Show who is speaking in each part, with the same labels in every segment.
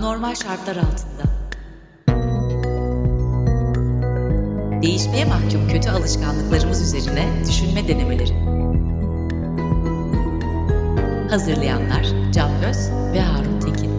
Speaker 1: Anormal şartlar altında. Değişmeye mahkum kötü alışkanlıklarımız üzerine düşünme denemeleri. Hazırlayanlar Can Öz ve Harun Tekin.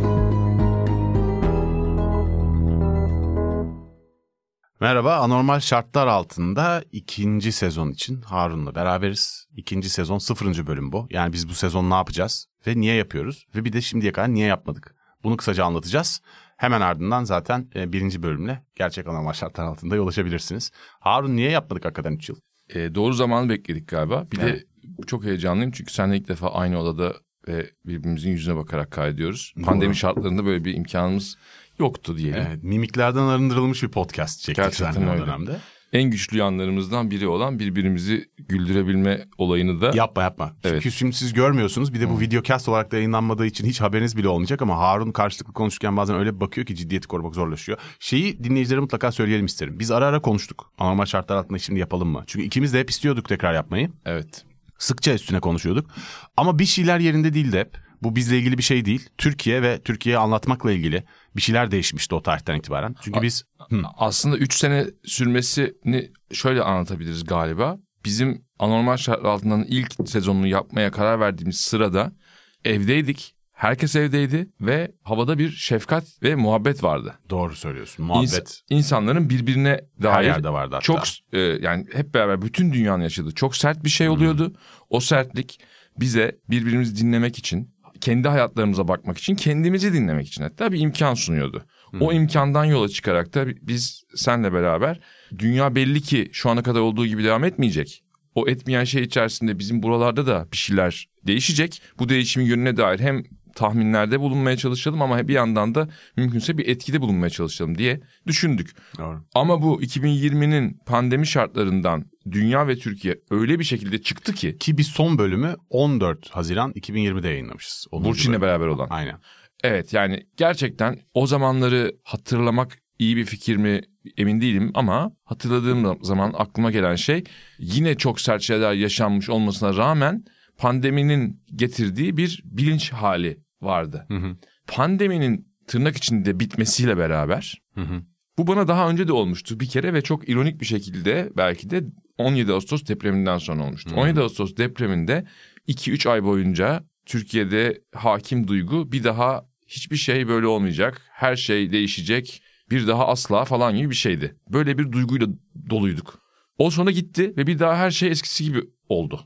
Speaker 2: Merhaba, Anormal Şartlar Altında ikinci sezon için Harun'la beraberiz. İkinci sezon 0. bölüm bu. Yani biz bu sezon ne yapacağız ve niye yapıyoruz? Ve bir de şimdiye kadar niye yapmadık? Bunu kısaca anlatacağız. Hemen ardından zaten birinci bölümle gerçek Anormal Şartlar Altında ulaşabilirsiniz. Harun niye yapmadık hakikaten 3 yıl?
Speaker 3: Doğru zamanı bekledik galiba. Bir de çok heyecanlıyım çünkü seninle ilk defa aynı odada ve birbirimizin yüzüne bakarak kaydediyoruz. Doğru. Pandemi şartlarında böyle bir imkanımız yoktu diyelim.
Speaker 2: Evet, mimiklerden arındırılmış bir podcast çektik
Speaker 3: gerçekten
Speaker 2: o dönemde.
Speaker 3: En güçlü yanlarımızdan biri olan birbirimizi güldürebilme olayını da...
Speaker 2: Yapma.
Speaker 3: Evet.
Speaker 2: Çünkü şimdi siz görmüyorsunuz. Bir de bu videocast olarak da yayınlanmadığı için hiç haberiniz bile olmayacak. Ama Harun karşılıklı konuşurken bazen öyle bakıyor ki ciddiyeti korumak zorlaşıyor. Şeyi dinleyicilere mutlaka söyleyelim isterim. Biz ara ara konuştuk. Anormal şartlar altında şimdi yapalım mı? Çünkü ikimiz de hep istiyorduk tekrar yapmayı.
Speaker 3: Evet.
Speaker 2: Sıkça üstüne konuşuyorduk. Ama bir şeyler yerinde değildi hep. Bu bizle ilgili bir şey değil. Türkiye ve Türkiye'yi anlatmakla ilgili bir şeyler değişmişti o tarihten itibaren. Çünkü biz...
Speaker 3: Aslında 3 sene sürmesini şöyle anlatabiliriz galiba. Bizim Anormal Şartlar Altında'nın ilk sezonunu yapmaya karar verdiğimiz sırada evdeydik. Herkes evdeydi ve havada bir şefkat ve muhabbet vardı.
Speaker 2: Doğru söylüyorsun. Muhabbet.
Speaker 3: İnsanların birbirine dair
Speaker 2: her yerde vardı hatta.
Speaker 3: Çok yani hep beraber bütün dünyanın yaşadığı çok sert bir şey oluyordu. O sertlik bize birbirimizi dinlemek için, kendi hayatlarımıza bakmak için, kendimizi dinlemek için hatta bir imkan sunuyordu. O imkandan yola çıkarak da biz seninle beraber dünya belli ki şu ana kadar olduğu gibi devam etmeyecek. O etmeyen şey içerisinde bizim buralarda da bir şeyler değişecek. Bu değişimin yönüne dair hem tahminlerde bulunmaya çalışalım ama bir yandan da mümkünse bir etkide bulunmaya çalışalım diye düşündük.
Speaker 2: Doğru.
Speaker 3: Ama bu 2020'nin pandemi şartlarından dünya ve Türkiye öyle bir şekilde çıktı ki...
Speaker 2: Ki biz son bölümü 14 Haziran 2020'de yayınlamışız.
Speaker 3: Burçin'le beraber olan.
Speaker 2: Aynen.
Speaker 3: Evet, yani gerçekten o zamanları hatırlamak iyi bir fikir mi emin değilim ama hatırladığım zaman aklıma gelen şey yine çok sert şeyler yaşanmış olmasına rağmen pandeminin getirdiği bir bilinç hali vardı. Pandeminin tırnak içinde bitmesiyle beraber bu bana daha önce de olmuştu bir kere ve çok ironik bir şekilde belki de 17 Ağustos depreminden sonra olmuştu. 17 Ağustos depreminde 2-3 ay boyunca Türkiye'de hakim duygu bir daha hiçbir şey böyle olmayacak, her şey değişecek, bir daha asla falan gibi bir şeydi. Böyle bir duyguyla doluyduk. O sonra gitti ve bir daha her şey eskisi gibi oldu.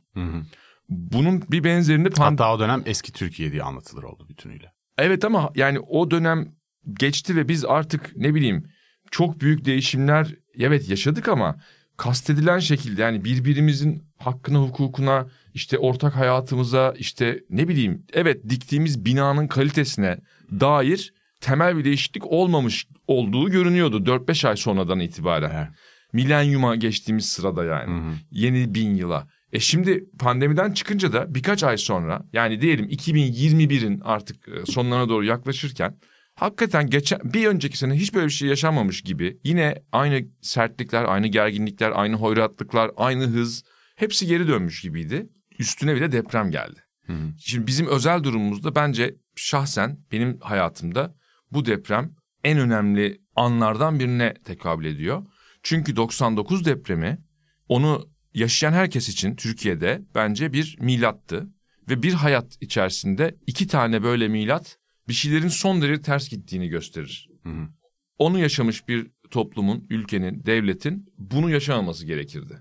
Speaker 3: Bunun bir benzerini...
Speaker 2: Hatta o dönem eski Türkiye diye anlatılır oldu bütünüyle.
Speaker 3: Evet ama yani o dönem geçti ve biz artık ne bileyim çok büyük değişimler evet yaşadık ama kastedilen şekilde yani birbirimizin hakkına, hukukuna, işte ortak hayatımıza, işte ne bileyim evet diktiğimiz binanın kalitesine dair temel bir değişiklik olmamış olduğu görünüyordu 4-5 ay sonradan itibaren.
Speaker 2: Evet.
Speaker 3: Milenyuma geçtiğimiz sırada yani yeni 1000 yıla. Şimdi pandemiden çıkınca da birkaç ay sonra yani diyelim 2021'in artık sonlarına doğru yaklaşırken hakikaten bir önceki sene hiç böyle bir şey yaşanmamış gibi yine aynı sertlikler, aynı gerginlikler, aynı hoyratlıklar, aynı hız hepsi geri dönmüş gibiydi. Üstüne bir de deprem geldi. Şimdi bizim özel durumumuzda bence şahsen benim hayatımda bu deprem en önemli anlardan birine tekabül ediyor. Çünkü 99 depremi onu yaşayan herkes için Türkiye'de bence bir milattı. Ve bir hayat içerisinde 2 tane böyle milat bir şeylerin son derece ters gittiğini gösterir. Onu yaşamış bir toplumun, ülkenin, devletin bunu yaşamaması gerekirdi.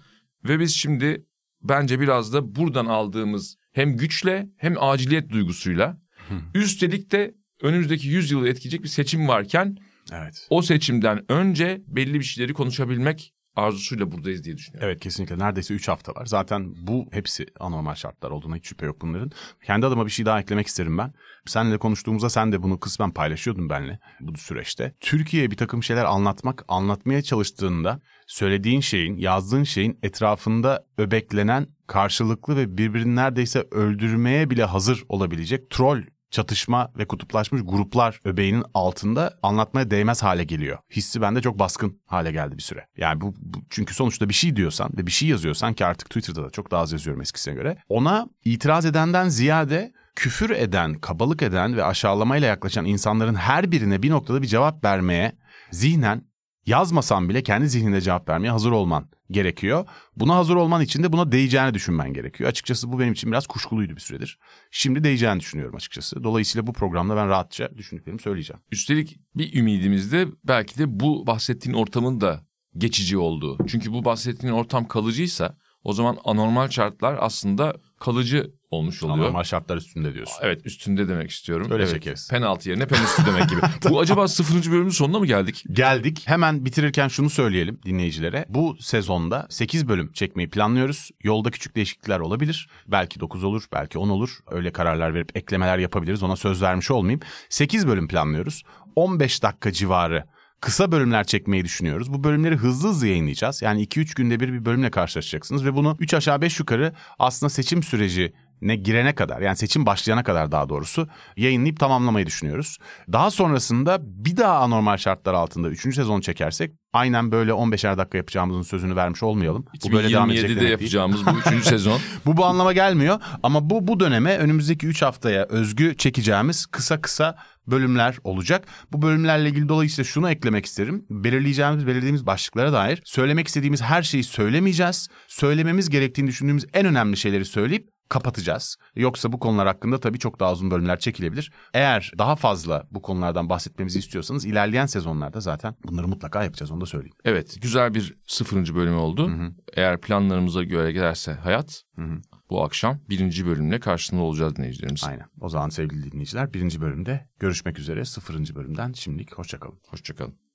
Speaker 3: Ve biz şimdi bence biraz da buradan aldığımız hem güçle hem aciliyet duygusuyla üstelik de önümüzdeki 100 yılı etkileyecek bir seçim varken o seçimden önce belli bir şeyleri konuşabilmek arzusuyla buradayız diye düşünüyorum.
Speaker 2: Evet kesinlikle neredeyse 3 hafta var. Zaten bu hepsi anormal şartlar olduğuna hiç şüphe yok bunların. Kendi adıma bir şey daha eklemek isterim ben. Seninle konuştuğumuzda sen de bunu kısmen paylaşıyordun benimle bu süreçte. Türkiye'ye bir takım şeyler anlatmaya çalıştığında söylediğin şeyin, yazdığın şeyin etrafında öbeklenen karşılıklı ve birbirini neredeyse öldürmeye bile hazır olabilecek troll, çatışma ve kutuplaşmış gruplar öbeğinin altında anlatmaya değmez hale geliyor. Hissi bende çok baskın hale geldi bir süre. Yani bu çünkü sonuçta bir şey diyorsan ve bir şey yazıyorsan ki artık Twitter'da da çok daha az yazıyorum eskisine göre. Ona itiraz edenden ziyade küfür eden, kabalık eden ve aşağılamayla yaklaşan insanların her birine bir noktada bir cevap vermeye, zihnen yazmasan bile kendi zihninde cevap vermeye hazır olman gerekiyor. Buna hazır olman için de buna değeceğini düşünmen gerekiyor. Açıkçası bu benim için biraz kuşkuluydu bir süredir. Şimdi değeceğini düşünüyorum açıkçası. Dolayısıyla bu programda ben rahatça düşündüklerimi söyleyeceğim.
Speaker 3: Üstelik bir ümidimiz de belki de bu bahsettiğin ortamın da geçici olduğu. Çünkü bu bahsettiğin ortam kalıcıysa o zaman anormal şartlar aslında kalıcı olmuş oluyor.
Speaker 2: Anormal şartlar üstünde diyorsun.
Speaker 3: Evet, üstünde demek istiyorum.
Speaker 2: Öyle
Speaker 3: evet.
Speaker 2: çekeriz.
Speaker 3: Penaltı yerine penaltı demek gibi. Bu acaba 0. bölümün sonuna mı geldik?
Speaker 2: Geldik. Hemen bitirirken şunu söyleyelim dinleyicilere. Bu sezonda 8 bölüm çekmeyi planlıyoruz. Yolda küçük değişiklikler olabilir. Belki 9 olur, belki 10 olur. Öyle kararlar verip eklemeler yapabiliriz. Ona söz vermiş olmayayım. 8 bölüm planlıyoruz. 15 dakika civarı kısa bölümler çekmeyi düşünüyoruz. Bu bölümleri hızlı hızlı yayınlayacağız. Yani 2-3 günde bir bölümle karşılaşacaksınız ve bunu 3 aşağı 5 yukarı aslında seçim sürecine girene kadar, yani seçim başlayana kadar daha doğrusu yayınlayıp tamamlamayı düşünüyoruz. Daha sonrasında bir daha anormal şartlar altında 3. sezon çekersek aynen böyle 15'er dakika yapacağımızın sözünü vermiş olmayalım.
Speaker 3: Bu böyle devam edecek 2027'de yapacağımız bu 3. sezon.
Speaker 2: Bu anlama gelmiyor ama bu döneme önümüzdeki 3 haftaya özgü çekeceğimiz kısa bölümler olacak. Bu bölümlerle ilgili dolayısıyla şunu eklemek isterim. Belirlediğimiz başlıklara dair söylemek istediğimiz her şeyi söylemeyeceğiz. Söylememiz gerektiğini düşündüğümüz en önemli şeyleri söyleyip kapatacağız. Yoksa bu konular hakkında tabii çok daha uzun bölümler çekilebilir. Eğer daha fazla bu konulardan bahsetmemizi istiyorsanız ilerleyen sezonlarda zaten bunları mutlaka yapacağız, onu da söyleyeyim.
Speaker 3: Evet, güzel bir 0. bölümü oldu. Hı-hı. Eğer planlarımıza göre giderse hayat, Hı-hı. bu akşam 1. bölümle karşısında olacağız dinleyicilerimiz.
Speaker 2: Aynen. O zaman sevgili dinleyiciler 1. bölümde görüşmek üzere. 0. bölümden şimdilik hoşça kalın.
Speaker 3: Hoşça kalın.